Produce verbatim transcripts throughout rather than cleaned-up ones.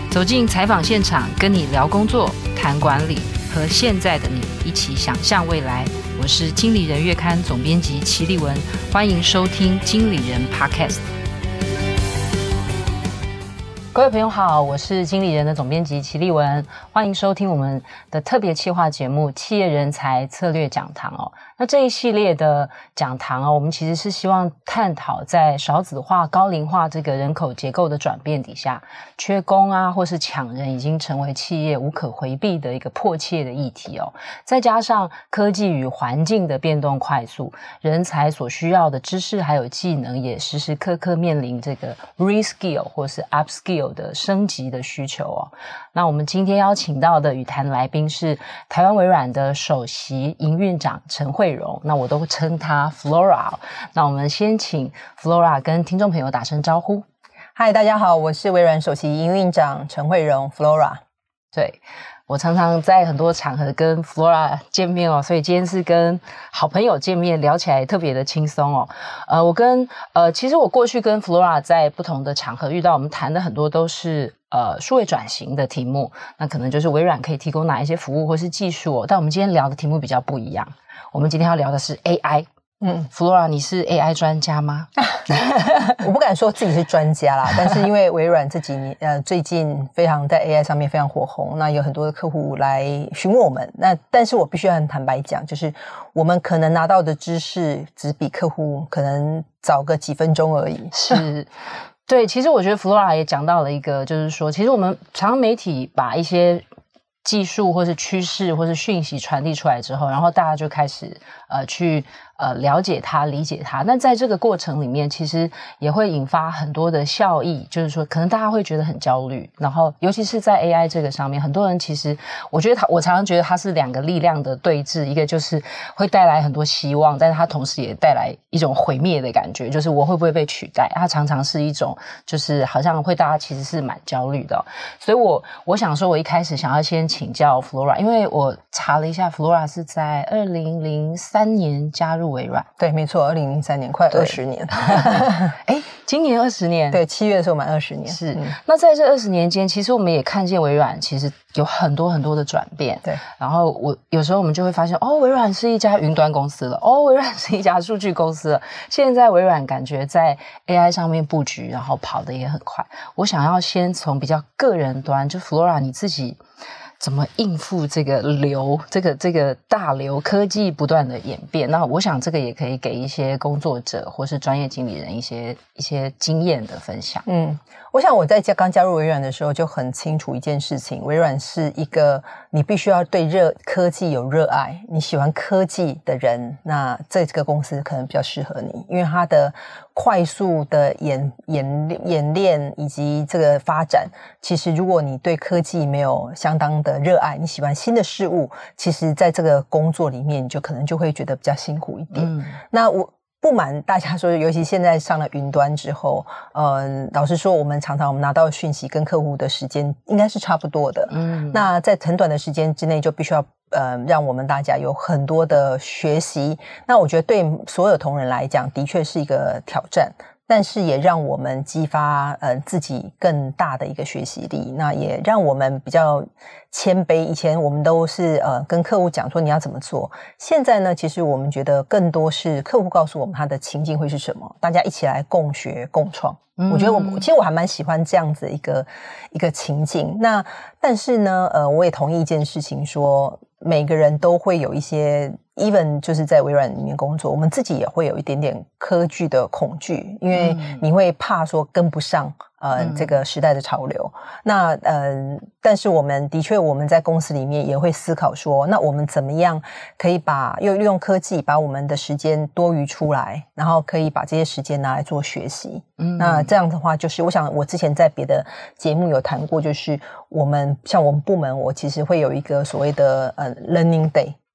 走进采访现场，跟你聊工作、谈管理，和现在的你一起想象未来。我是经理人月刊总编辑齐丽文，欢迎收听经理人 Podcast。各位朋友好，我是经理人的总编辑齐丽文，欢迎收听我们的特别企划节目企业人才策略讲堂哦。那这一系列的讲堂哦，我们其实是希望探讨在少子化、高龄化这个人口结构的转变底下，缺工啊或是抢人已经成为企业无可回避的一个迫切的议题哦。再加上科技与环境的变动快速，人才所需要的知识还有技能也时时刻刻面临这个 reskill 或是 upskill的升级的需求哦。那我们今天邀请到的与谈来宾是台湾微软的首席营运长陈慧蓉，那我都称她 Flora。 那我们先请 Flora 跟听众朋友打声招呼。 嗨，大家好，我是微软首席营运长陈慧蓉 Flora。 对，我常常在很多场合跟 Flora 见面哦，所以今天是跟好朋友见面，聊起来特别的轻松哦。呃，我跟呃，其实我过去跟 Flora 在不同的场合遇到，我们谈的很多都是呃数位转型的题目，那可能就是微软可以提供哪一些服务或是技术哦。但我们今天聊的题目比较不一样，我们今天要聊的是 A I。嗯 Flora 你是 A I 专家吗？ 我不敢说自己是专家啦，但是因为微软这几年呃最近非常在 A I 上面非常火红，那有很多的客户来询问我们，那但是我必须很坦白讲，就是我们可能拿到的知识只比客户可能早个几分钟而已。 是对，其实我觉得 Flora 也讲到了一个，就是说其实我们常常媒体把一些技术或是趋势或是讯息传递出来之后，然后大家就开始呃去呃了解它、理解它。但在这个过程里面，其实也会引发很多的效益，就是说可能大家会觉得很焦虑。然后尤其是在 A I 这个上面，很多人其实我觉得它，我常常觉得它是两个力量的对峙，一个就是会带来很多希望，但是它同时也带来一种毁灭的感觉，就是我会不会被取代？它常常是一种就是好像会大家其实是蛮焦虑的哦。所以我我想说，我一开始想要先请教 Flora， 因为我查了一下 Flora 是在二零零三年加入微软。 对，没错，二零零三年，快二十年。 诶，今年二十年。 对，七月的时候满二十年。 是、嗯、那在这二十年间，其实我们也看见微软其实有很多很多的转变。 对， 然后我有时候我们就会发现，哦，微软是一家云端公司了，哦，微软是一家数据公司了。现在微软感觉在 A I 上面布局，然后跑得也很快。我想要先从比较个人端，就 Flora 你自己怎么应付这个流，这个这个大流科技不断的演变？那我想这个也可以给一些工作者或是专业经理人一些一些经验的分享。 嗯，我想我在刚加入微软的时候就很清楚一件事情，微软是一个你必须要对热科技有热爱，你喜欢科技的人，那这个公司可能比较适合你，因为它的快速的演演演练以及这个发展，其实如果你对科技没有相当的热爱，你喜欢新的事物，其实在这个工作里面你就可能就会觉得比较辛苦一点。嗯，那我不瞒大家说，尤其现在上了云端之后，嗯、呃，老实说，我们常常我们拿到的讯息跟客户的时间应该是差不多的。嗯，那在很短的时间之内，就必须要呃让我们大家有很多的学习。那我觉得对所有同仁来讲，的确是一个挑战。但是也让我们激发呃自己更大的一个学习力，那也让我们比较谦卑。以前我们都是呃跟客户讲说你要怎么做，现在呢，其实我们觉得更多是客户告诉我们他的情境会是什么，大家一起来共学共创。我觉得我其实我还蛮喜欢这样子一个一个情境。那但是呢，呃，我也同意一件事情说，每个人都会有一些 even 就是在微软里面工作，我们自己也会有一点点科技的恐惧，因为你会怕说跟不上呃这个时代的潮流。那呃但是我们的确我们在公司里面也会思考说，那我们怎么样可以把又用科技把我们的时间多余出来，然后可以把这些时间拿来做学习。嗯，那这样的话就是我想我之前在别的节目有谈过，就是我们像我们部门我其实会有一个所谓的呃 learning day。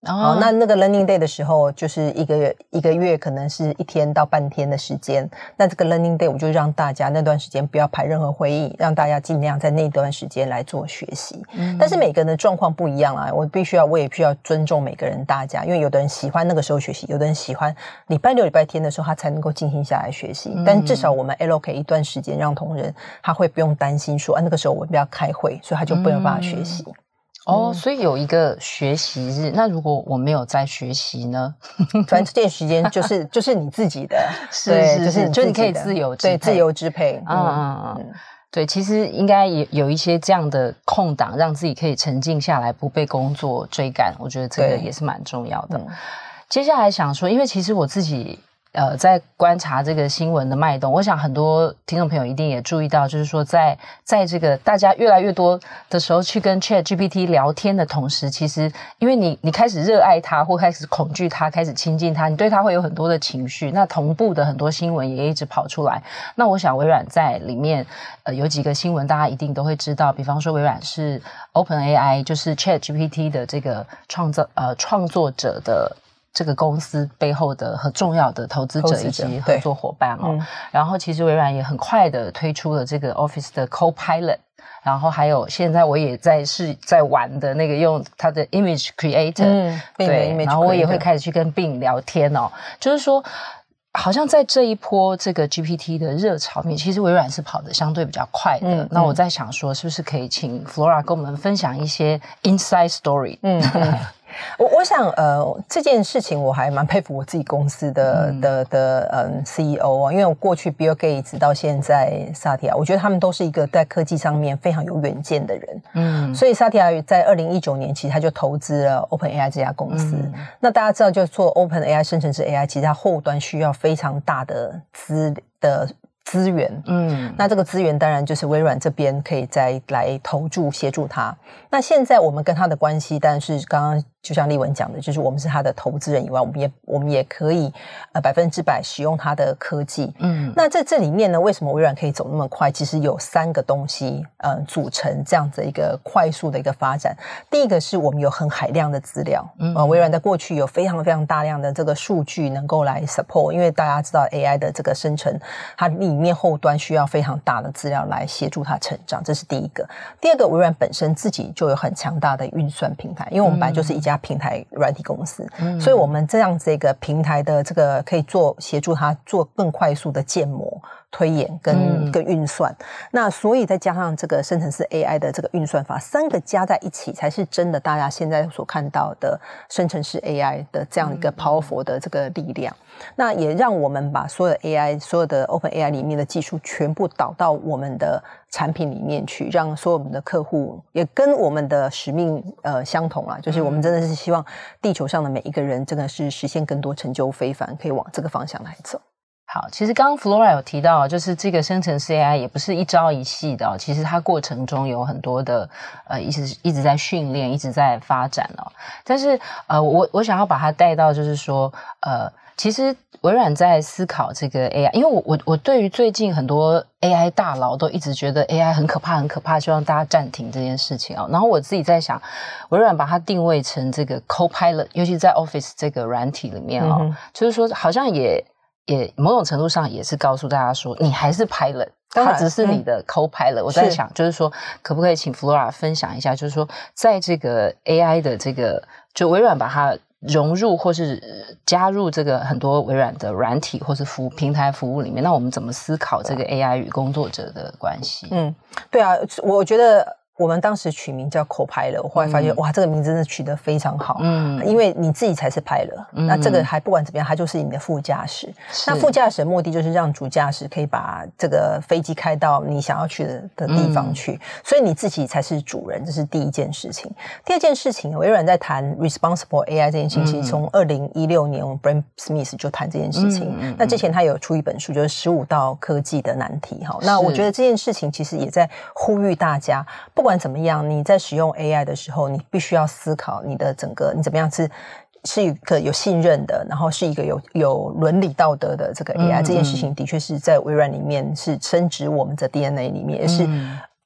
哦，哦那那个 Learning Day 的时候，就是一个月一个月可能是一天到半天的时间。那这个 Learning Day 我就让大家那段时间不要排任何会议，让大家尽量在那段时间来做学习。嗯、但是每个人的状况不一样啊，我必须要我也必须要尊重每个人大家，因为有的人喜欢那个时候学习，有的人喜欢礼拜六礼拜天的时候他才能够静心下来学习。嗯、但至少我们 allocate 一段时间让同仁他会不用担心说啊那个时候我们要开会，所以他就没有办法学习。嗯哦，所以有一个学习日。那如果我没有在学习呢？ 反正这段时间就是就是你自己的， 是是是，就是你可以自由支配， 对，自由支配。 嗯嗯嗯，对，其实应该也有一些这样的空档，让自己可以沉静下来，不被工作追赶。我觉得这个也是蛮重要的。接下来想说，因为其实我自己。呃，在观察这个新闻的脉动，我想很多听众朋友一定也注意到，就是说在在这个大家越来越多的时候去跟 ChatGPT 聊天的同时，其实因为你你开始热爱它，或开始恐惧它，开始亲近它，你对它会有很多的情绪。那同步的很多新闻也一直跑出来。那我想微软在里面呃有几个新闻大家一定都会知道，比方说微软是 OpenAI， 就是 ChatGPT 的这个创造呃创作者的。这个公司背后的和重要的投资者以及合作伙伴哦，嗯、然后其实微软也很快的推出了这个 Office 的 Copilot， 然后还有现在我也在是在玩的那个用它的 Image Creator，嗯、对， Image 然后我也会开始去跟 Bing 聊天哦，就是说。好像在这一波这个 G P T 的热潮里面，其实微软是跑得相对比较快的。嗯、那我在想说，是不是可以请 Flora 跟我们分享一些 inside story？ 嗯。嗯我我想，呃，这件事情我还蛮佩服我自己公司的、嗯、的的嗯 C E O 啊，因为我过去 Bill Gates 到现在 Satya， 我觉得他们都是一个在科技上面非常有远见的人。嗯，所以 Satya 在二零一九年其实他就投资了 OpenAI 这家公司。嗯、那大家知道，就做 OpenAI 生成式 A I， 其实它后端需要非常大的资的。资源，嗯，那这个资源当然就是微软这边可以再来投注协助他。那现在我们跟他的关系，但是刚刚就像丽文讲的，就是我们是他的投资人以外，我们也我们也可以呃百分之百使用他的科技。嗯，那在这里面呢，为什么微软可以走那么快？其实有三个东西，呃，组成这样子一个快速的一个发展。第一个是我们有很海量的资料，嗯、呃，微软在过去有非常非常大量的这个数据能够来 support， 因为大家知道 A I 的这个生成，它里面后端需要非常大的资料来协助它成长，这是第一个。第二个，微软本身自己就有很强大的运算平台，因为我们本来就是一家平台软体公司，嗯、所以我们这样子一个平台的这个可以做协助它做更快速的建模、推演跟、嗯、跟运算。那所以再加上这个生成式 A I 的这个运算法，三个加在一起才是真的大家现在所看到的生成式 A I 的这样一个 powerful 的这个力量。那也让我们把所有的 A I 所有的 OpenAI 里面的技术全部导到我们的产品里面去，让所有我们的客户也跟我们的使命呃相同啦，就是我们真的是希望地球上的每一个人真的是实现更多成就非凡，可以往这个方向来走。 好，其实刚刚 Flora 有提到，就是这个生成式 A I 也不是一朝一夕的、哦，其实它过程中有很多的呃一直一直在训练，一直在发展哦。但是呃我我想要把它带到就是说呃其实微软在思考这个 A I， 因为我我我对于最近很多 A I 大佬都一直觉得 A I 很可怕很可怕，希望大家暂停这件事情哦。然后我自己在想，微软把它定位成这个 Copilot， 尤其在 Office 这个软体里面哦，嗯、就是说好像也也某种程度上也是告诉大家说，你还是 Pilot， 它只是你的 Co-Pilot。嗯、我在想，就是说，可不可以请 Flora 分享一下，就是说，在这个 A I 的这个，就微软把它融入或是加入这个很多微软的软体或是服务平台服务里面，那我们怎么思考这个 A I 与工作者的关系？ 嗯，对啊，我觉得。我们当时取名叫 Copilot， 我后来发现、嗯、哇，这个名字真的取得非常好，嗯，因为你自己才是 Pilot，、嗯、那这个还不管怎么样，它就是你的副驾驶。那副驾驶的目的就是让主驾驶可以把这个飞机开到你想要去 的, 的地方去、嗯，所以你自己才是主人，这是第一件事情。第二件事情，微软在谈 Responsible A I 这件事情，其实从二零一六年，我们 Brent Smith 就谈这件事情。嗯嗯、那之前他有出一本书，就是十五道科技的难题。哈，那我觉得这件事情其实也在呼吁大家，不管怎么样，你在使用 A I 的时候，你必须要思考你的整个，你怎么样是是一个有信任的，然后是一个有有伦理道德的这个 A I、嗯、这件事情的确是在微软里面是深植我们的 D N A 里面，也是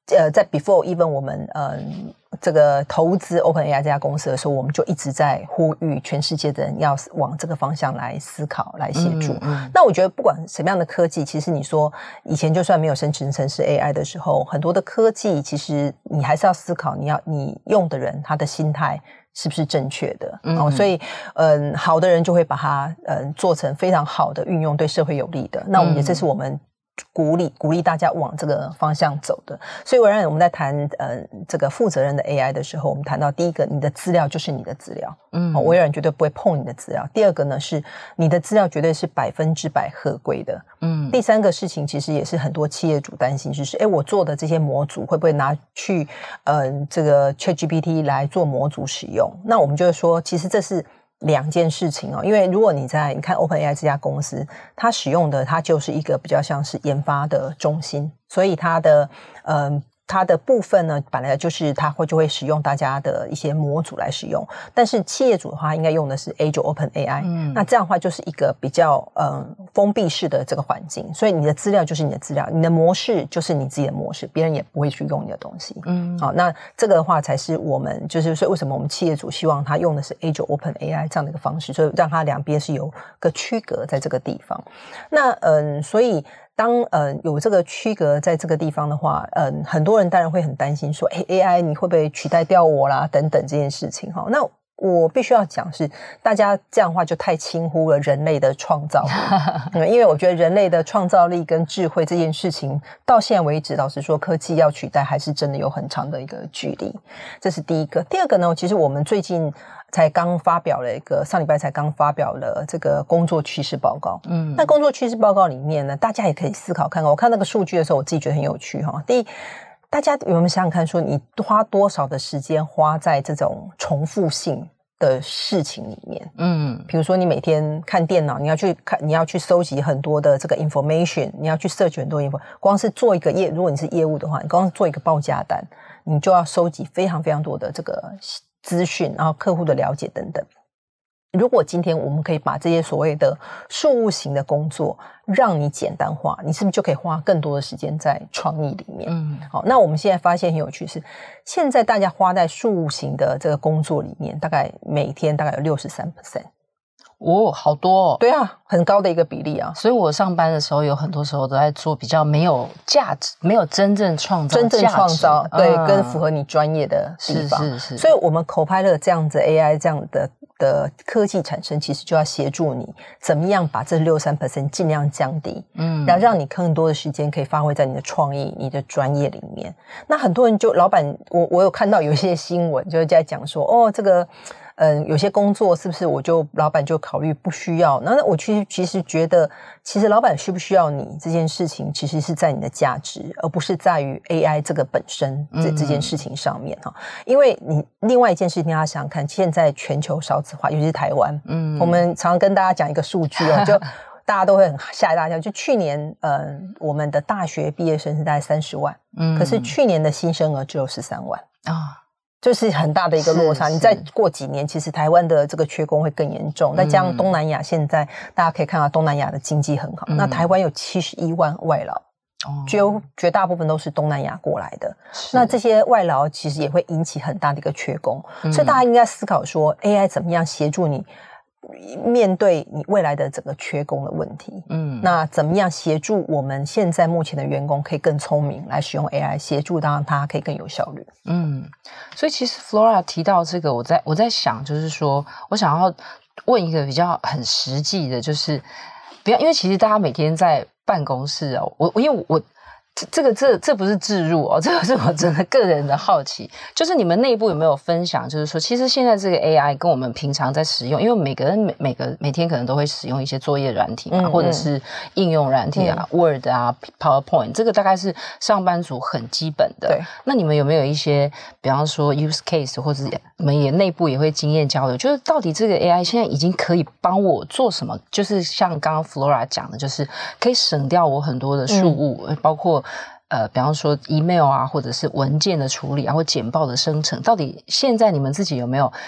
呃，在 before even 我们呃这个投资 OpenAI 这家公司的时候，我们就一直在呼吁全世界的人要往这个方向来思考、来协助。嗯嗯、那我觉得不管什么样的科技，其实你说以前就算没有生成程式 A I 的时候，很多的科技其实你还是要思考，你要你用的人他的心态是不是正确的。嗯、哦，所以嗯，好的人就会把它嗯做成非常好的运用，对社会有利的。那我们也这是我们鼓励鼓励大家往这个方向走的。所以微软我们在谈呃这个负责任的 A I 的时候，我们谈到第一个，你的资料就是你的资料，嗯、哦，微软绝对不会碰你的资料。第二个呢，是你的资料绝对是百分之百合规的，嗯。第三个事情其实也是很多企业主担心，就是诶我做的这些模组会不会拿去呃这个 ChatGPT 来做模组使用？那我们就会说，其实这是两件事情哦，因为如果你在你看 OpenAI 这家公司，它使用的它就是一个比较像是研发的中心，所以它的呃它的部分呢，本来就是它会就会使用大家的一些模组来使用，但是企业主的话应该用的是 Azure OpenAI，嗯，那这样的话就是一个比较呃封闭式的这个环境，所以你的资料就是你的资料，你的模式就是你自己的模式，别人也不会去用你的东西，嗯，好，那这个的话才是我们就是说为什么我们企业主希望他用的是 Azure OpenAI 这样的一个方式，所以让它两边是有个区隔在这个地方。那嗯，所以当呃有这个区隔在这个地方的话，嗯，很多人当然会很担心说，诶 A I 你会不会取代掉我啦等等这件事情哈。那我必须要讲是，大家这样的话就太轻忽了人类的创造力，嗯，因为我觉得人类的创造力跟智慧这件事情，到现在为止，老实说，科技要取代还是真的有很长的一个距离。这是第一个。第二个呢，其实我们最近才刚发表了一个，上礼拜才刚发表了这个工作趋势报告。嗯，那工作趋势报告里面呢，大家也可以思考看看。我看那个数据的时候，我自己觉得很有趣哈。第一，大家有没有想想看，说你花多少的时间花在这种重复性的事情里面？嗯，比如说你每天看电脑，你要去看，你要去收集很多的这个 information， 你要去 search 很多 info。光是做一个业，如果你是业务的话，你光是做一个报价单，你就要收集非常非常多的这个资讯，然后客户的了解等等。如果今天我们可以把这些所谓的事务型的工作让你简单化，你是不是就可以花更多的时间在创意里面？嗯，好，那我们现在发现很有趣是，现在大家花在事务型的这个工作里面，大概每天大概有 百分之六十三。 哦，好多哦。 对啊，很高的一个比例啊。 所以我上班的时候有很多时候都在做比较没有价值，没有真正创造价值， 真正创造，对，嗯，跟符合你专业的地方。是是是。所以我们 Copilot 这样子 A I 这样的的科技产生，其实就要协助你怎么样把这 百分之六十三 尽量降低，嗯，然后让你更多的时间可以发挥在你的创意、你的专业里面。那很多人就老板，我我有看到有一些新闻就是在讲说，哦，这个嗯，有些工作是不是我就老板就考虑不需要？那我其实其实觉得，其实老板需不需要你这件事情，其实是在你的价值，而不是在于 A I 这个本身这这件事情上面哈。因为你另外一件事情，大家想想看，现在全球少子化，尤其是台湾，嗯，我们常常跟大家讲一个数据哦，就大家都会很吓一大跳。就去年，呃，我们的大学毕业生是大概三十万，嗯，可是去年的新生儿只有十三万啊。就是很大的一个落差，你再过几年，其实台湾的这个缺工会更严重。再加上东南亚现在大家可以看到东南亚的经济很好，嗯，那台湾有七十一万外劳，哦，绝绝大部分都是东南亚过来的。那这些外劳其实也会引起很大的一个缺工，嗯，所以大家应该思考说 A I 怎么样协助你面对你未来的整个缺工的问题，嗯，那怎么样协助我们现在目前的员工可以更聪明来使用 A I， 协助让它可以更有效率。 嗯，所以其实 Flora 提到这个，我在我在想，就是说我想要问一个比较很实际的，就是不要，因为其实大家每天在办公室哦，我因为我。这个这这不是置入哦，这个是我真的个人的好奇，就是你们内部有没有分享，就是说其实现在这个 A I 跟我们平常在使用，因为每个人每每个每天可能都会使用一些作业软体嘛，嗯，或者是应用软体啊，嗯，Word 啊 PowerPoint， 这个大概是上班族很基本的。对，那你们有没有一些比方说 use case， 或者你们也内部也会经验交流，就是到底这个 A I 现在已经可以帮我做什么，就是像刚刚 Flora 讲的，就是可以省掉我很多的事务，嗯，包括呃，比方说 email 啊，或者是文件的处理啊，或简报的生成，到底现在你们自己有没有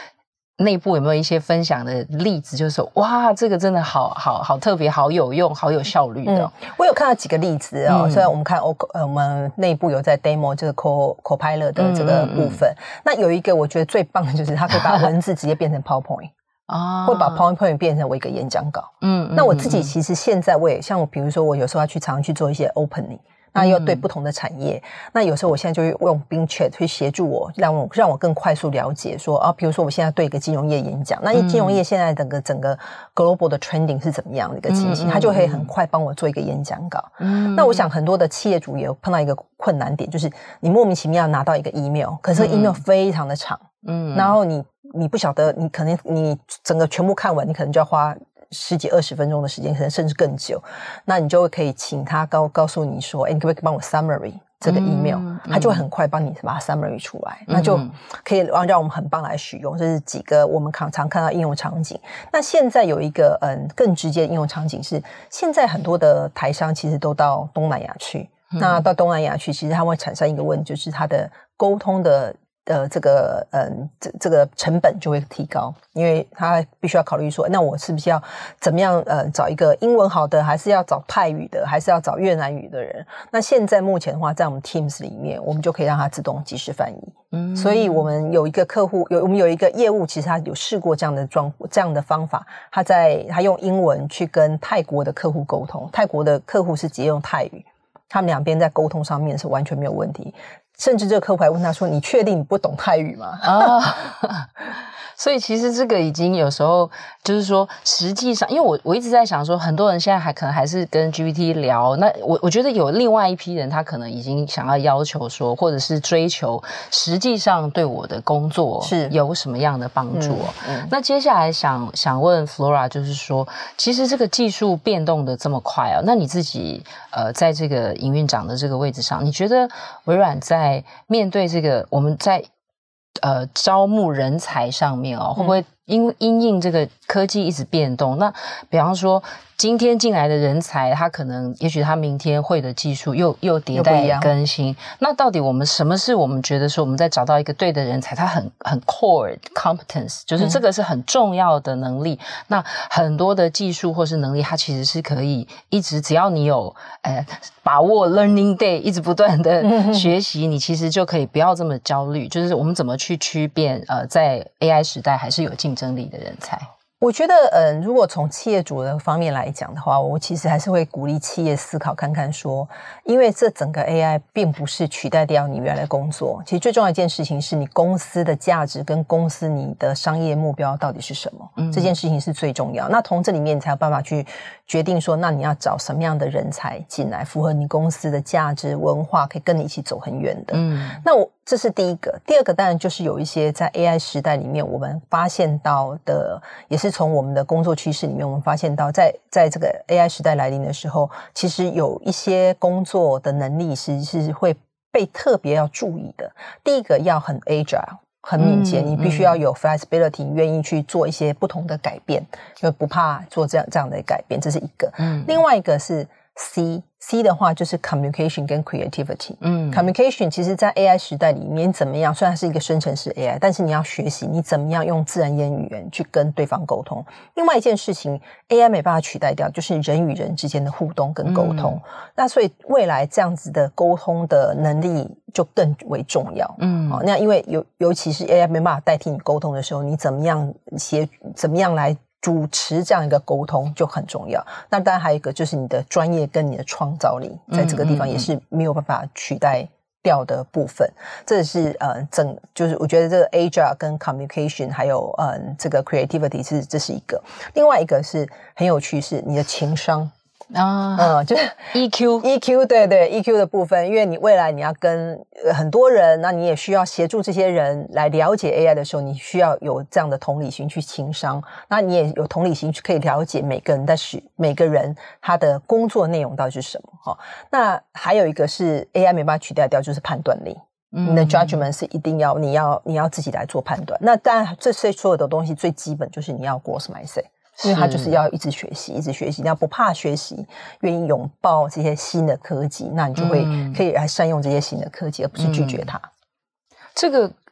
内部有没有一些分享的例子，就是说哇，这个真的好好好特别，好有用，好有效率的、哦嗯、我有看到几个例子哦、嗯、虽然我们看、哦呃、我们内部有在 demo 这个 Co Copilot 的这个部分、嗯嗯嗯、那有一个我觉得最棒的就是它可以把文字直接变成 PowerPoint 啊，会把 PowerPoint 变成我一个演讲稿。嗯，那我自己其实现在我也像我，比如说我有时候要去常常去做一些 opening， 那要对不同的产业、嗯，那有时候我现在就会用 Bing Chat 去协助我，让我让我更快速了解说啊，比如说我现在对一个金融业演讲，那金融业现在整个整个 global 的 trending 是怎么样的一个情形，它、嗯、就可以很快帮我做一个演讲稿。嗯，那我想很多的企业主也有碰到一个困难点，就是你莫名其妙拿到一个 email， 可是 email 非常的长，嗯，然后你你不晓得，你可能你整个全部看完，你可能就要花十几二十分钟的时间，可能甚至更久。那你就可以请他告告诉你说，哎，你可不可以帮我 summary 这个 email？、嗯、他就会很快帮你把它 summary 出来，嗯、那就可以让让我们很棒来使用。这是几个我们常常看到应用场景。那现在有一个嗯更直接的应用场景是，现在很多的台商其实都到东南亚去。嗯、那到东南亚去，其实他会产生一个问题，就是他的沟通的。呃，这个嗯，这这个成本就会提高，因为他必须要考虑说，那我是不是要怎么样呃，找一个英文好的，还是要找泰语的，还是要找越南语的人？那现在目前的话，在我们 Teams 里面，我们就可以让它自动即时翻译。嗯，所以我们有一个客户，有我们有一个业务，其实他有试过这样的状这样的方法，他在他用英文去跟泰国的客户沟通，泰国的客户是直接用泰语，他们两边在沟通上面是完全没有问题。甚至这个客户还问他说，你确定你不懂泰语吗？ 啊，所以其实这个已经有时候就是说实际上，因为我我一直在想说，很多人现在还可能还是跟 G P T 聊，那我我觉得有另外一批人，他可能已经想要要求说，或者是追求实际上对我的工作是有什么样的帮助哦。嗯嗯、那接下来想想问 Flora， 就是说其实这个技术变动的这么快啊，那你自己呃在这个营运长的这个位置上，你觉得微软在面对这个我们在呃招募人才上面哦，会不会因因应这个科技一直变动？那比方说今天进来的人才，他可能也许他明天会的技术又又迭代更新。那到底我们什么是我们觉得说我们在找到一个对的人才，他很很 core competence， 就是这个是很重要的能力。嗯、那很多的技术或是能力，它其实是可以一直只要你有呃把握 learning day， 一直不断的学习，嗯、你其实就可以不要这么焦虑。就是我们怎么去区辨呃在 A I 时代还是有竞争力的人才？ 我觉得，嗯，如果从企业主的方面来讲的话，我其实还是会鼓励企业思考看看说，因为这整个 A I 并不是取代掉你原来的工作，其实最重要一件事情是你公司的价值跟公司你的商业目标到底是什么，嗯、这件事情是最重要。那从这里面你才有办法去决定说，那你要找什么样的人才进来，符合你公司的价值文化，可以跟你一起走很远的。嗯，那我这是第一个，第二个当然就是有一些在 A I 时代里面我们发现到的，也是从我们的工作趋势里面我们发现到在在这个 A I 时代来临的时候，其实有一些工作的能力是是会被特别要注意的。第一个要很 agile， 很敏捷，嗯、你必须要有 flexibility， 你愿意去做一些不同的改变，就不怕做这样这样的改变，这是一个。嗯，另外一个是 C C 的话就是 communication 跟 creativity。嗯 ，communication 其实在 A I 时代里面怎么样？虽然是一个生成式 A I， 但是你要学习你怎么样用自然言语言去跟对方沟通。另外一件事情 ，A I 没办法取代掉，就是人与人之间的互动跟沟通。嗯、那所以未来这样子的沟通的能力就更为重要。嗯，好、哦，那因为尤尤其是 A I 没办法代替你沟通的时候，你怎么样协怎么样来主持这样一个沟通就很重要。那当然还有一个就是你的专业跟你的创造力，在这个地方也是没有办法取代掉的部分。嗯嗯嗯，这是呃整就是我觉得这个 agile 跟 communication 还有呃这个 creativity 是这是一个。另外一个是很有趣是你的情商。啊，嗯，就是 E Q E Q 对对 E Q 的部分，因为你未来你要跟很多人，那你也需要协助这些人来了解 A I 的时候，你需要有这样的同理心去情商，那你也有同理心可以了解每个人在使每个人他的工作内容到底是什么哈。那还有一个是 A I 没办法取代掉，就是判断力。你的 judgment 是一定要你要你要自己来做判断。那当然这些所有的东西最基本就是你要 growth mindset。因为他就是要一直学习，一直学习，你要不怕学习，愿意拥抱这些新的科技，那你就会可以来善用这些新的科技，而不是拒绝它。 嗯、这个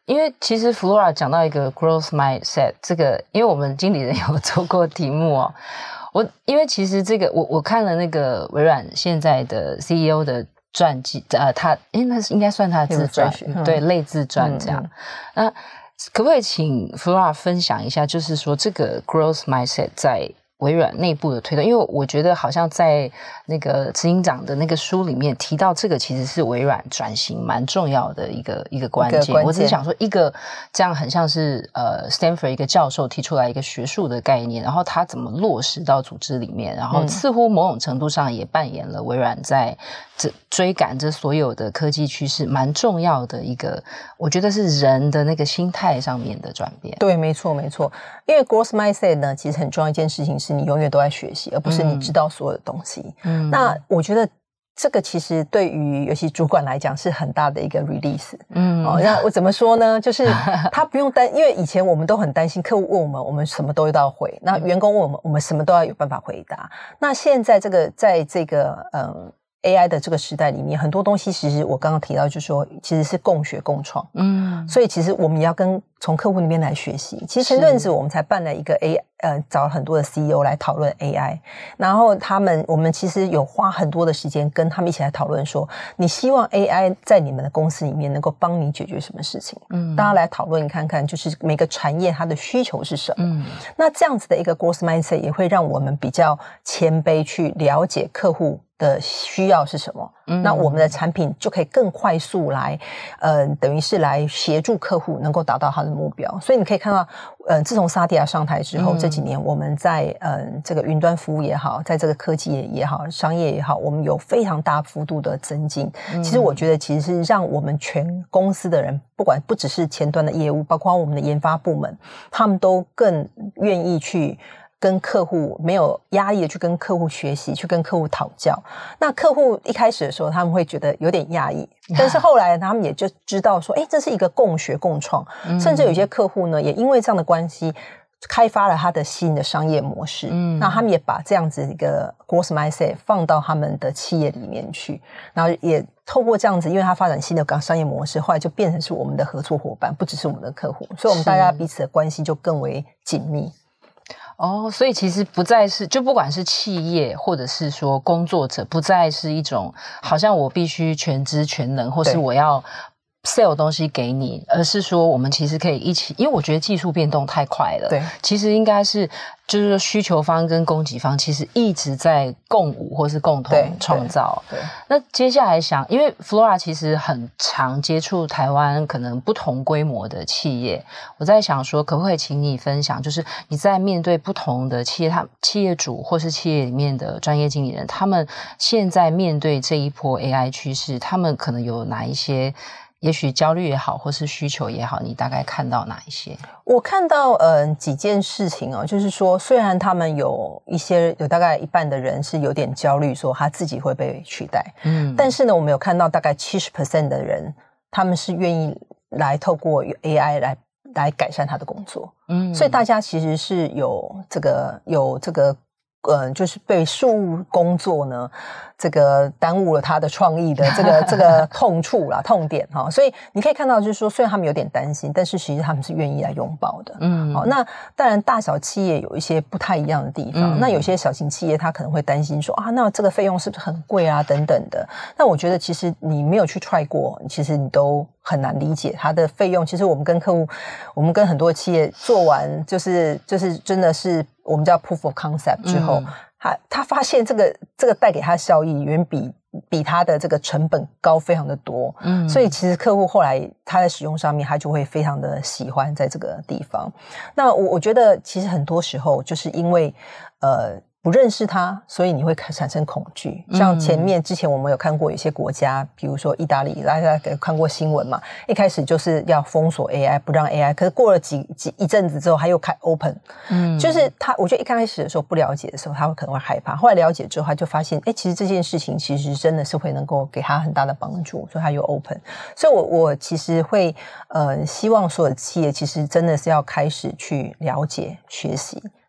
因为其实 Flora 讲到一个 growth mindset， 这个因为我们经理人有做过题目哦，我因为其实这个我我看了那个微软现在的 C E O 的传记，呃，他诶那是应该算他的自传，嗯、对，类自传这样。那、嗯嗯、可不可以请 Flora 分享一下，就是说这个 growth mindset 在微软内部的推动？因为我觉得好像在那个执行长的那个书里面提到，这个其实是微软转型蛮重要的一个一个关键。我只是想说，一个这样很像是呃 Stanford 一个教授提出来一个学术的概念，然后他怎么落实到组织里面，然后似乎某种程度上也扮演了微软在这追赶这所有的科技趋势蛮重要的一个，我觉得是人的那个心态上面的转变。 对，没错没错。因为 growth mindset 呢，其实很重要一件事情是你永远都在学习，而不是你知道所有的东西。嗯，那我觉得这个其实对于尤其主管来讲是很大的一个 release。嗯，哦，那我怎么说呢？就是他不用担，因为以前我们都很担心客户问我们，我们什么都要回；那员工问我们，我们什么都要有办法回答。那现在这个在这个嗯。A I 的这个时代里面，很多东西其实我刚刚提到，就是说其实是共学共创，嗯，所以其实我们也要跟从客户那边来学习。其实前阵子我们才办了一个 A， 呃，找很多的 C E O 来讨论 A I， 然后他们我们其实有花很多的时间跟他们一起来讨论说，你希望 A I 在你们的公司里面能够帮你解决什么事情？嗯，大家来讨论看看，就是每个产业它的需求是什么？嗯，那这样子的一个 growth mindset 也会让我们比较谦卑去了解客户的需要是什么、嗯、那我们的产品就可以更快速来呃，等于是来协助客户能够达到他的目标。所以你可以看到呃，自从萨蒂亚上台之后、嗯、这几年我们在呃这个云端服务也好，在这个科技也好，商业也好，我们有非常大幅度的增进、嗯、其实我觉得其实是让我们全公司的人，不管不只是前端的业务，包括我们的研发部门，他们都更愿意去跟客户没有压力的去跟客户学习，去跟客户讨教。那客户一开始的时候他们会觉得有点压抑，但是后来他们也就知道说，诶，这是一个共学共创、嗯、甚至有些客户呢也因为这样的关系开发了他的新的商业模式、嗯、那他们也把这样子一个 growth mindset 放到他们的企业里面去，然后也透过这样子，因为他发展新的商业模式，后来就变成是我们的合作伙伴，不只是我们的客户，所以我们大家彼此的关系就更为紧密。 哦，所以其实不再是，就不管是企业或者是说工作者，不再是一种好像我必须全知全能，或是我要 sell 东西给你，而是说我们其实可以一起，因为我觉得技术变动太快了，对，其实应该是就是说需求方跟供给方其实一直在共舞或是共同创造。对，那接下来想，因为 Flora 其实很常接触台湾可能不同规模的企业，我在想说可不可以请你分享，就是你在面对不同的企业，他企业主或是企业里面的专业经理人，他们现在面对这一波 A I 趋势，他们可能有哪一些也许焦虑也好，或是需求也好，你大概看到哪一些？ 我看到呃几件事情哦，就是说虽然他们有一些有大概一半的人是有点焦虑说他自己会被取代，嗯，但是呢我们有看到大概 百分之七十 的人他们是愿意来透过 A I 来来改善他的工作，嗯，所以大家其实是有这个有这个呃，就是被事务工作呢，这个耽误了他的创意的这个这个痛处啦、痛点哈，所以你可以看到，就是说，虽然他们有点担心，但是其实他们是愿意来拥抱的。嗯，好，那当然大小企业有一些不太一样的地方，嗯、那有些小型企业他可能会担心说啊，那这个费用是不是很贵啊等等的。那我觉得其实你没有去 try 过，其实你都很难理解它的费用。其实我们跟客户，我们跟很多企业做完，就是就是真的是。我们叫 proof of concept 之后、嗯、他他发现这个这个带给他的效益远比比他的这个成本高非常的多，嗯，所以其实客户后来他在使用上面他就会非常的喜欢在这个地方。那我我觉得其实很多时候就是因为呃不认识它，所以你会产生恐惧。像前面之前我们有看过一些国家，比如说意大利，大家看过新闻嘛，一开始就是要封锁 A I， 不让 A I， 可是过了几几一阵子之后，他又开 open， 嗯，就是他，我觉得一开始的时候不了解的时候，他会可能会害怕，后来了解之后，他就发现，哎，其实这件事情其实真的是会能够给他很大的帮助，所以他又 open。所以我我其实会呃希望所有的企业其实真的是要开始去了解学习。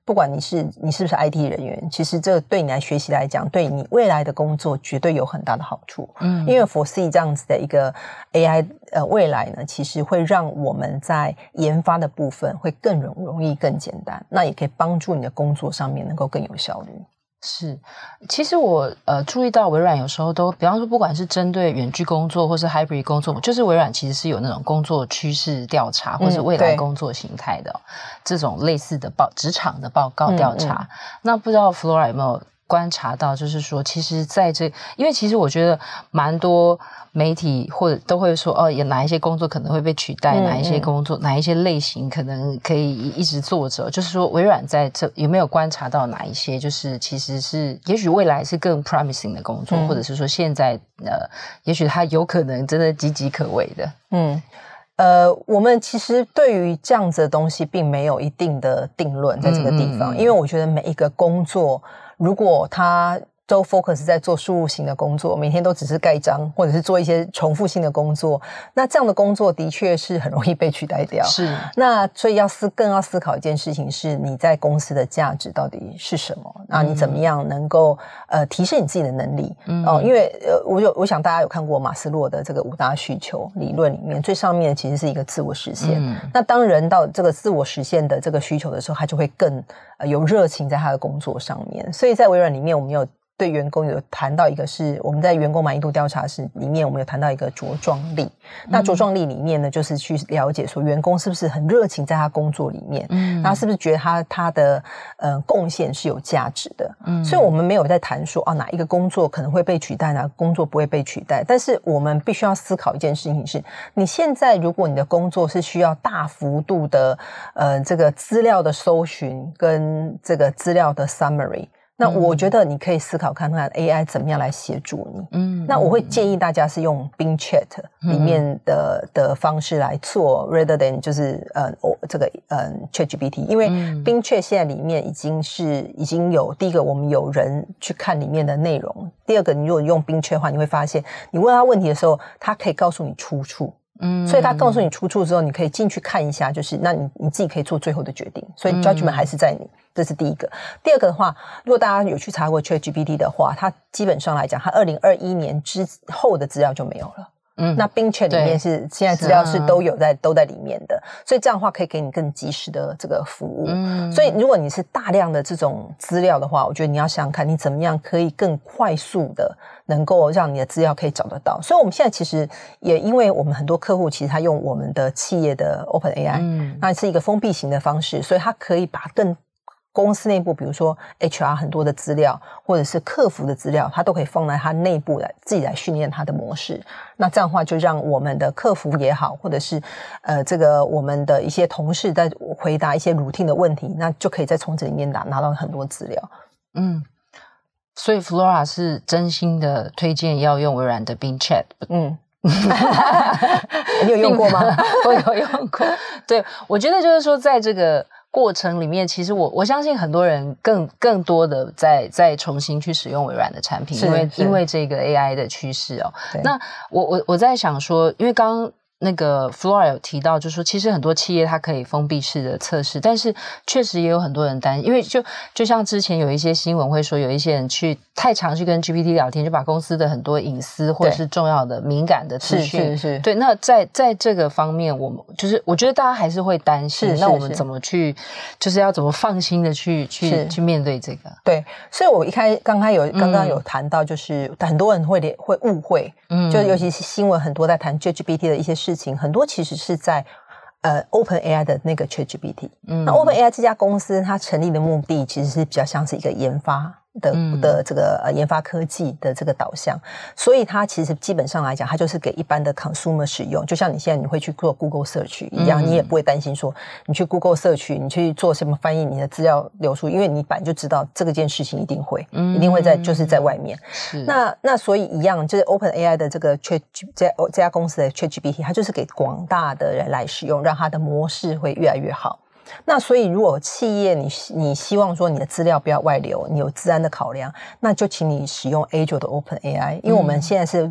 不管你是你是不是 I T 人员，其实这对你来学习来讲，对你未来的工作绝对有很大的好处。嗯，因为 foresee 这样子的一个 A I 呃未来呢，其实会让我们在研发的部分会更容容易、更简单，那也可以帮助你的工作上面能够更有效率。 是，其实我呃注意到微软有时候都，比方说不管是针对远距工作或是 hybrid 工作，就是微软其实是有那种工作趋势调查，或是未来工作形态的、哦嗯、这种类似的报职场的报告调查。嗯嗯、那不知道 Flora 有没有观察到，就是说，其实在这，因为其实我觉得蛮多媒体或者都会说，哦，有哪一些工作可能会被取代，嗯、哪一些工作，哪一些类型可能可以一直做着。就是说，微软在这有没有观察到哪一些，就是其实是也许未来是更 promising 的工作，嗯、或者是说现在呃，也许它有可能真的岌岌可危的。 嗯。呃，我们其实对于这样子的东西并没有一定的定论在这个地方，嗯嗯嗯因为我觉得每一个工作，如果它都 focus 在做输入型的工作，每天都只是盖章或者是做一些重复性的工作，那这样的工作的确是很容易被取代掉。 是， 那所以要思更要思考一件事情是，你在公司的价值到底是什么？那你怎么样能够呃提升你自己的能力？嗯、哦，因为呃，我有我想大家有看过马斯洛的这个五大需求理论里面，最上面其实是一个自我实现。嗯、那当人到这个自我实现的这个需求的时候，他就会更、呃、有热情在他的工作上面。所以在微软里面，我们有对员工有谈到一个是我们在员工满意度调查室里面，我们有谈到一个茁壮力。嗯、那茁壮力里面呢，就是去了解说员工是不是很热情在他工作里面，嗯，他是不是觉得他他的呃贡献是有价值的。嗯，所以我们没有在谈说啊哪一个工作可能会被取代，哪个工作不会被取代，但是我们必须要思考一件事情是，你现在如果你的工作是需要大幅度的呃这个资料的搜寻跟这个资料的 summary。那我觉得你可以思考看看 A I 怎么样来协助你。嗯，那我会建议大家是用 Bing Chat 里面的、嗯、的方式来做 ，rather than 就是呃、哦、这个呃 ChatGPT， 因为 Bing Chat 现在里面已经是已经有第一个我们有人去看里面的内容，第二个你如果用 Bing Chat 的话，你会发现你问他问题的时候，他可以告诉你出处。嗯，所以他告诉你出处之后，你可以进去看一下，就是那你你自己可以做最后的决定。所以 judgment 还是在你，这是第一个。第二个的话，如果大家有去查过 ChatGPT 的话，它基本上来讲，它二零二一年之后的资料就没有了。嗯，那 Bing Chat 里面是现在资料是都有在、啊、都在里面的，所以这样的话可以给你更及时的这个服务。嗯，所以如果你是大量的这种资料的话，我觉得你要想想看你怎么样可以更快速的能够让你的资料可以找得到。所以我们现在其实也因为我们很多客户其实他用我们的企业的 OpenAI，嗯，那是一个封闭型的方式，所以他可以把更公司内部比如说 H R 很多的资料或者是客服的资料，它都可以放在它内部来自己来训练它的模式。那这样的话就让我们的客服也好，或者是呃这个我们的一些同事在回答一些 routine 的问题，那就可以再从这里面拿拿到很多资料。 嗯，所以 Flora 是真心的推荐要用微软的 Bing Chat。嗯。 你有用过吗？ 我有用过。对，我觉得就是说在这个过程里面，其实我我相信很多人更更多的在在重新去使用微软的产品，因为因为这个 A I 的趋势哦。那我我我在想说，因为刚刚那个 Flora 有提到，就是说其实很多企业它可以封闭式的测试，但是确实也有很多人担心，因为就就像之前有一些新闻会说，有一些人去太常去跟 G P T 聊天，就把公司的很多隐私或者是重要的敏感的资讯， 是是是， 对。那在在这个方面，我们就是我觉得大家还是会担心， 是是是， 那我们怎么去，就是要怎么放心的去去去面对这个？ 对，所以我一开刚刚有刚刚有谈到，就是、嗯、很多人会会误会，嗯，就尤其是新闻很多在谈 ChatGPT 的一些事情，很多其实是在呃 OpenAI 的那个 ChatGPT。嗯，那 OpenAI 这家公司它成立的目的其实是比较像是一个研发的的这个呃研发科技的这个导向，所以它其实基本上来讲，它就是给一般的 consumer 使用，就像你现在你会去做 Google Search 一样，嗯、你也不会担心说你去 Google Search 你去做什么翻译你的资料流出，因为你本来就知道这个件事情一定会，嗯、一定会在就是在外面。那那所以一样，就是 OpenAI 的这个 Chat 这这家公司的 ChatGPT， 它就是给广大的人来使用，让它的模式会越来越好。那所以如果企业你你希望说你的资料不要外流，你有资安的考量，那就请你使用 Azure 的 OpenAI， 因为我们现在是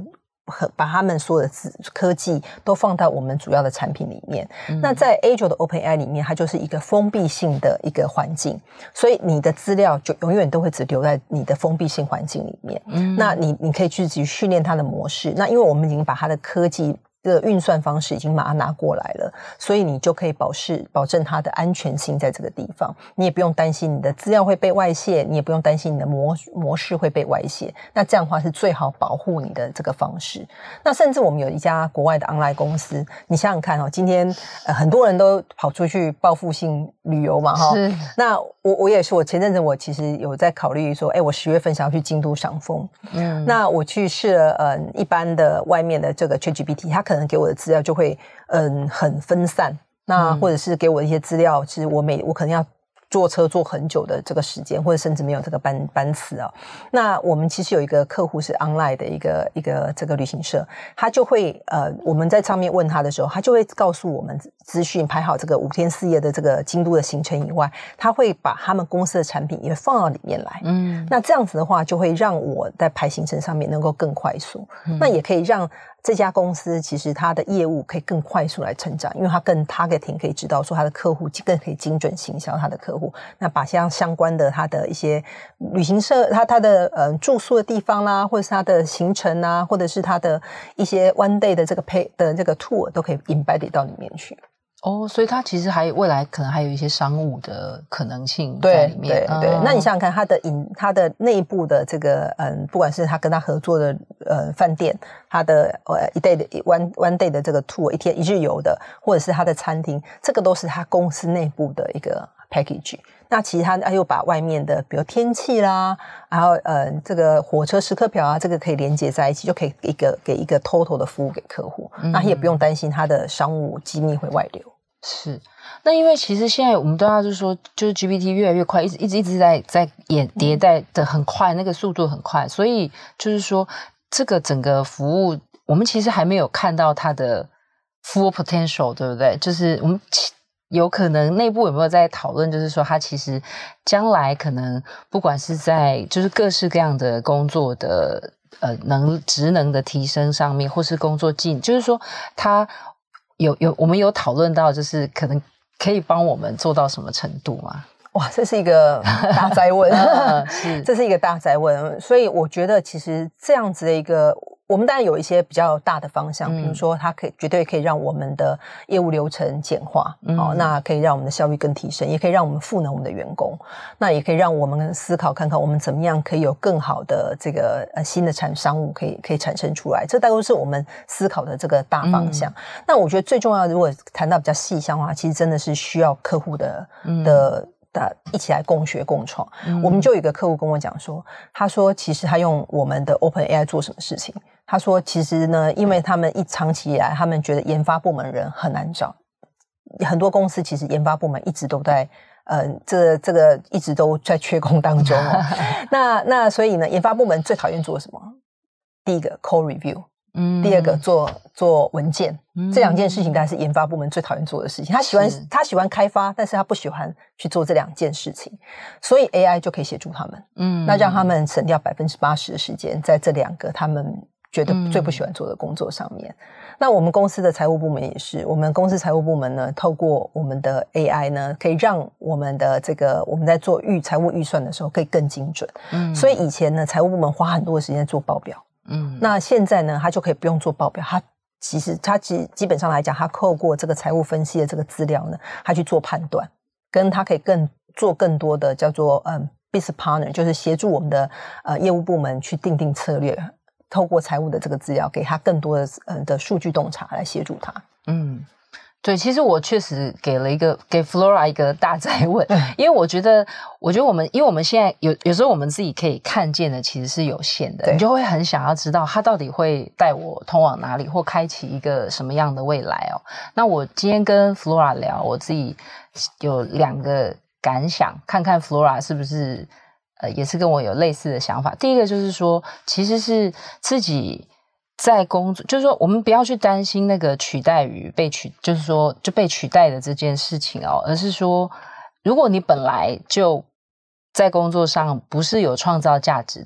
把他们所有的科技都放到我们主要的产品里面。嗯、那在 Azure 的 OpenAI 里面，它就是一个封闭性的一个环境，所以你的资料就永远都会只留在你的封闭性环境里面。嗯、那你你可以去自己训练它的模式。那因为我们已经把它的科技这个运算方式已经把它拿过来了，所以你就可以保释保证它的安全性在这个地方，你也不用担心你的资料会被外泄，你也不用担心你的模模式会被外泄，那这样的话是最好保护你的这个方式。那甚至我们有一家国外的 online 公司，你想想看哦，今天、呃、很多人都跑出去报复性旅游嘛哈， 是。 那我我也是，我前阵子我其实有在考虑说，哎，我十月份想要去京都赏枫，嗯，那我去试了呃一般的外面的这个 ChatGPT， 它可能给我的资料就会嗯很分散，那或者是给我一些资料，其实我每我可能要坐车坐很久的这个时间，或者甚至没有这个班班次啊。那我们其实有一个客户是 online 的一个一个这个旅行社，他就会呃我们在上面问他的时候，他就会告诉我们资讯，排好这个五天四夜的这个京都的行程以外，他会把他们公司的产品也放到里面来。嗯，那这样子的话，就会让我在排行程上面能够更快速，嗯、那也可以让这家公司其实它的业务可以更快速来成长，因为它更 targeting 可以知道说它的客户更可以精准行销它的客户，那把像相关的它的一些旅行社它它的呃住宿的地方啦，或者是它的行程啊，或者是它的一些 one day 的这个 pay 的这个 tour 都可以 embedded 到里面去。 哦，所以它其实还未来可能还有一些商务的可能性在里面。 对对对、嗯，那你想想看，它的引它的内部的这个嗯，不管是他跟他合作的呃饭店，它的呃一 day 的 one one day 的这个 tour 一天一日游的，或者是它的餐厅，这个都是他公司内部的一个 package。那其实他又把外面的比如天气啦，然后呃这个火车时刻表啊，这个可以连接在一起，就可以一个给一个 total 的服务给客户，嗯、那也不用担心他的商务机密会外流。 是，那因为其实现在我们都要就是说，就是 G P T 越来越快，一直一直一直在在也迭代的很快，那个速度很快，所以就是说这个整个服务，我们其实还没有看到它的 full potential， 对不对？就是我们有可能内部有没有在讨论，就是说它其实将来可能不管是在就是各式各样的工作的呃能职能的提升上面，或是工作技能，就是说它。有有，我们有讨论到，就是可能可以帮我们做到什么程度吗？ 哇，这是一个大哉问， 嗯、是这是一个大哉问。所以我觉得，其实这样子的一个，我们当然有一些比较大的方向，嗯、比如说它可以绝对可以让我们的业务流程简化，嗯、哦，那可以让我们的效率更提升，也可以让我们赋能我们的员工，那也可以让我们思考看看我们怎么样可以有更好的这个呃新的产商务可以可以产生出来，这大都是我们思考的这个大方向。嗯、那我觉得最重要的，如果谈到比较细项的话，其实真的是需要客户的、嗯、的。一起来共学共创、嗯、我们就有一个客户跟我讲说，他说其实他用我们的 OpenAI 做什么事情，他说其实呢，因为他们一长期以来他们觉得研发部门人很难找，很多公司其实研发部门一直都在呃，这这个一直都在缺工当中哦。那那所以呢，研发部门最讨厌做什么？第一个 code review，嗯，第二个做做文件，嗯、这两件事情大概是研发部门最讨厌做的事情。他喜欢他喜欢开发，但是他不喜欢去做这两件事情，所以 A I 就可以协助他们，嗯，那让他们省掉百分之八十的时间在这两个他们觉得最不喜欢做的工作上面。嗯、那我们公司的财务部门也是，我们公司财务部门呢，透过我们的 A I 呢，可以让我们的这个我们在做预财务预算的时候可以更精准。嗯，所以以前呢，财务部门花很多的时间做报表。嗯，那现在呢，他就可以不用做报表，他其实他基基本上来讲，他透过这个财务分析的这个资料呢，他去做判断，跟他可以更做更多的叫做嗯 business partner， 就是协助我们的呃业务部门去定定策略，透过财务的这个资料，给他更多的呃的数据洞察来协助他。嗯。 对，其实我确实给了一个给 Flora 一个大哉问，因为我觉得，我觉得我们，因为我们现在有有时候我们自己可以看见的其实是有限的，你就会很想要知道他到底会带我通往哪里，或开启一个什么样的未来哦。那我今天跟 Flora 聊，我自己有两个感想，看看 Flora 是不是呃也是跟我有类似的想法。第一个就是说，其实是自己。在工作，就是说，我们不要去担心那个取代与被取，就是说就被取代的这件事情哦，而是说，如果你本来就在工作上不是有创造价值的，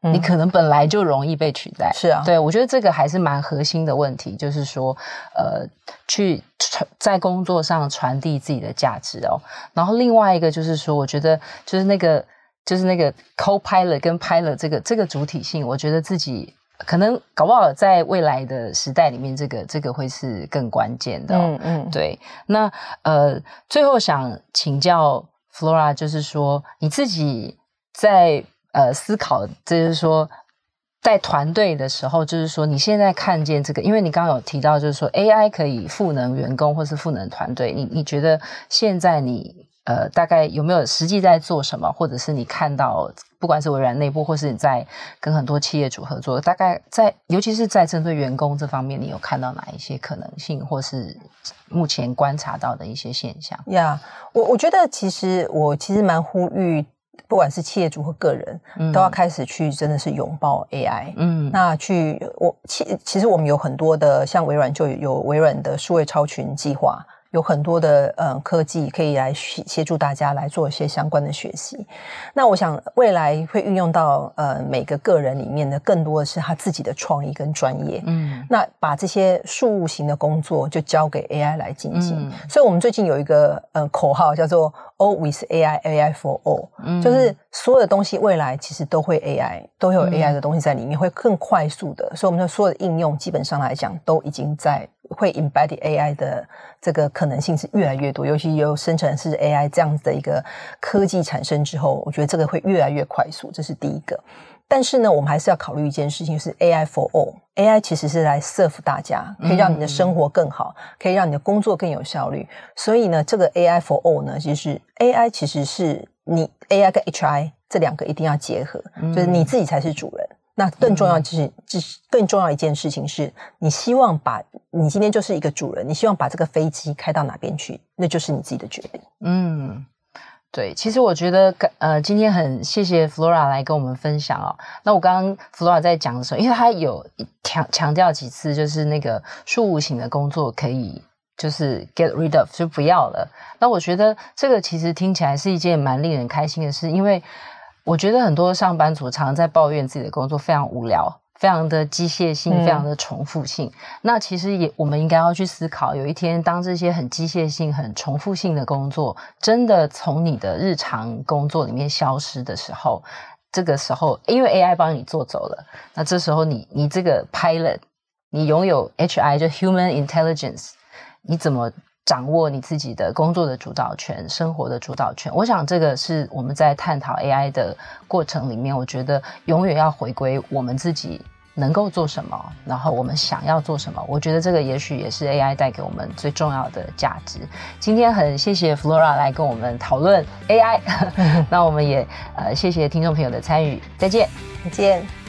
你可能本来就容易被取代。 是啊， 对，我觉得这个还是蛮核心的问题，就是说，呃，去在工作上传递自己的价值哦。然后另外一个就是说，我觉得就是那个就是那个 co-pilot 跟 pilot 这个这个主体性，我觉得自己可能搞不好在未来的时代里面，这个这个会是更关键的、哦。嗯嗯，对。那呃，最后想请教 Flora， 就是说你自己在。呃，思考就是说，在团队的时候，就是说你现在看见这个，因为你刚刚有提到，就是说 A I 可以赋能员工或是赋能团队，你你觉得现在你呃大概有没有实际在做什么，或者是你看到不管是微软内部，或是你在跟很多企业主合作，大概在尤其是在针对员工这方面，你有看到哪一些可能性，或是目前观察到的一些现象？ 呀、yeah, 我我觉得其实我其实蛮呼吁。不管是企业主或个人、嗯、都要开始去真的是拥抱 A I。嗯，那去我其其实我们有很多的，像微软就有微软的数位超群计划，有很多的呃科技可以来协助大家来做一些相关的学习。那我想未来会运用到呃每个个人里面的更多的是他自己的创意跟专业。嗯，那把这些事务型的工作就交给 A I 来进行。嗯、所以我们最近有一个呃口号叫做 All with A I, A I for all。嗯，就是所有的东西未来其实都会 A I， 都会有 A I 的东西在里面，嗯、会更快速的。所以我们的所有的应用基本上来讲都已经在会 embed A I 的这个可能性是越来越多，尤其有生成式 A I 这样子的一个科技产生之后，我觉得这个会越来越快速，这是第一个。但是呢，我们还是要考虑一件事情，就是 A I for all。A I 其实是来 serve 大家，可以让你的生活更好，嗯、可以让你的工作更有效率。所以呢，这个 A I for all 呢，就是 A I 其实是你 A I 跟 H I 这两个一定要结合，嗯、就是你自己才是主人。那更重要就是，就是、嗯、更重要一件事情是，你希望把你今天就是一个主人，你希望把这个飞机开到哪边去，那就是你自己的决定。 嗯。对，其实我觉得呃，今天很谢谢 Flora 来跟我们分享哦。那我刚刚 Flora 在讲的时候，因为她有强强调几次，就是那个事务型的工作可以就是 get rid of 就不要了。那我觉得这个其实听起来是一件蛮令人开心的事，因为我觉得很多上班族常常在抱怨自己的工作非常无聊。非常的机械性，非常的重复性。嗯、那其实也，我们应该要去思考，有一天当这些很机械性、很重复性的工作真的从你的日常工作里面消失的时候，这个时候，因为 A I 帮你做走了，那这时候你你这个 pilot， 你拥有 H I 就 human intelligence， 你怎么掌握你自己的工作的主导权、生活的主导权？我想这个是我们在探讨 A I 的过程里面，我觉得永远要回归我们自己。能够做什么，然后我们想要做什么，我觉得这个也许也是 A I 带给我们最重要的价值。今天很谢谢 Flora 来跟我们讨论 A I， 那我们也呃谢谢听众朋友的参与，再见， 再见。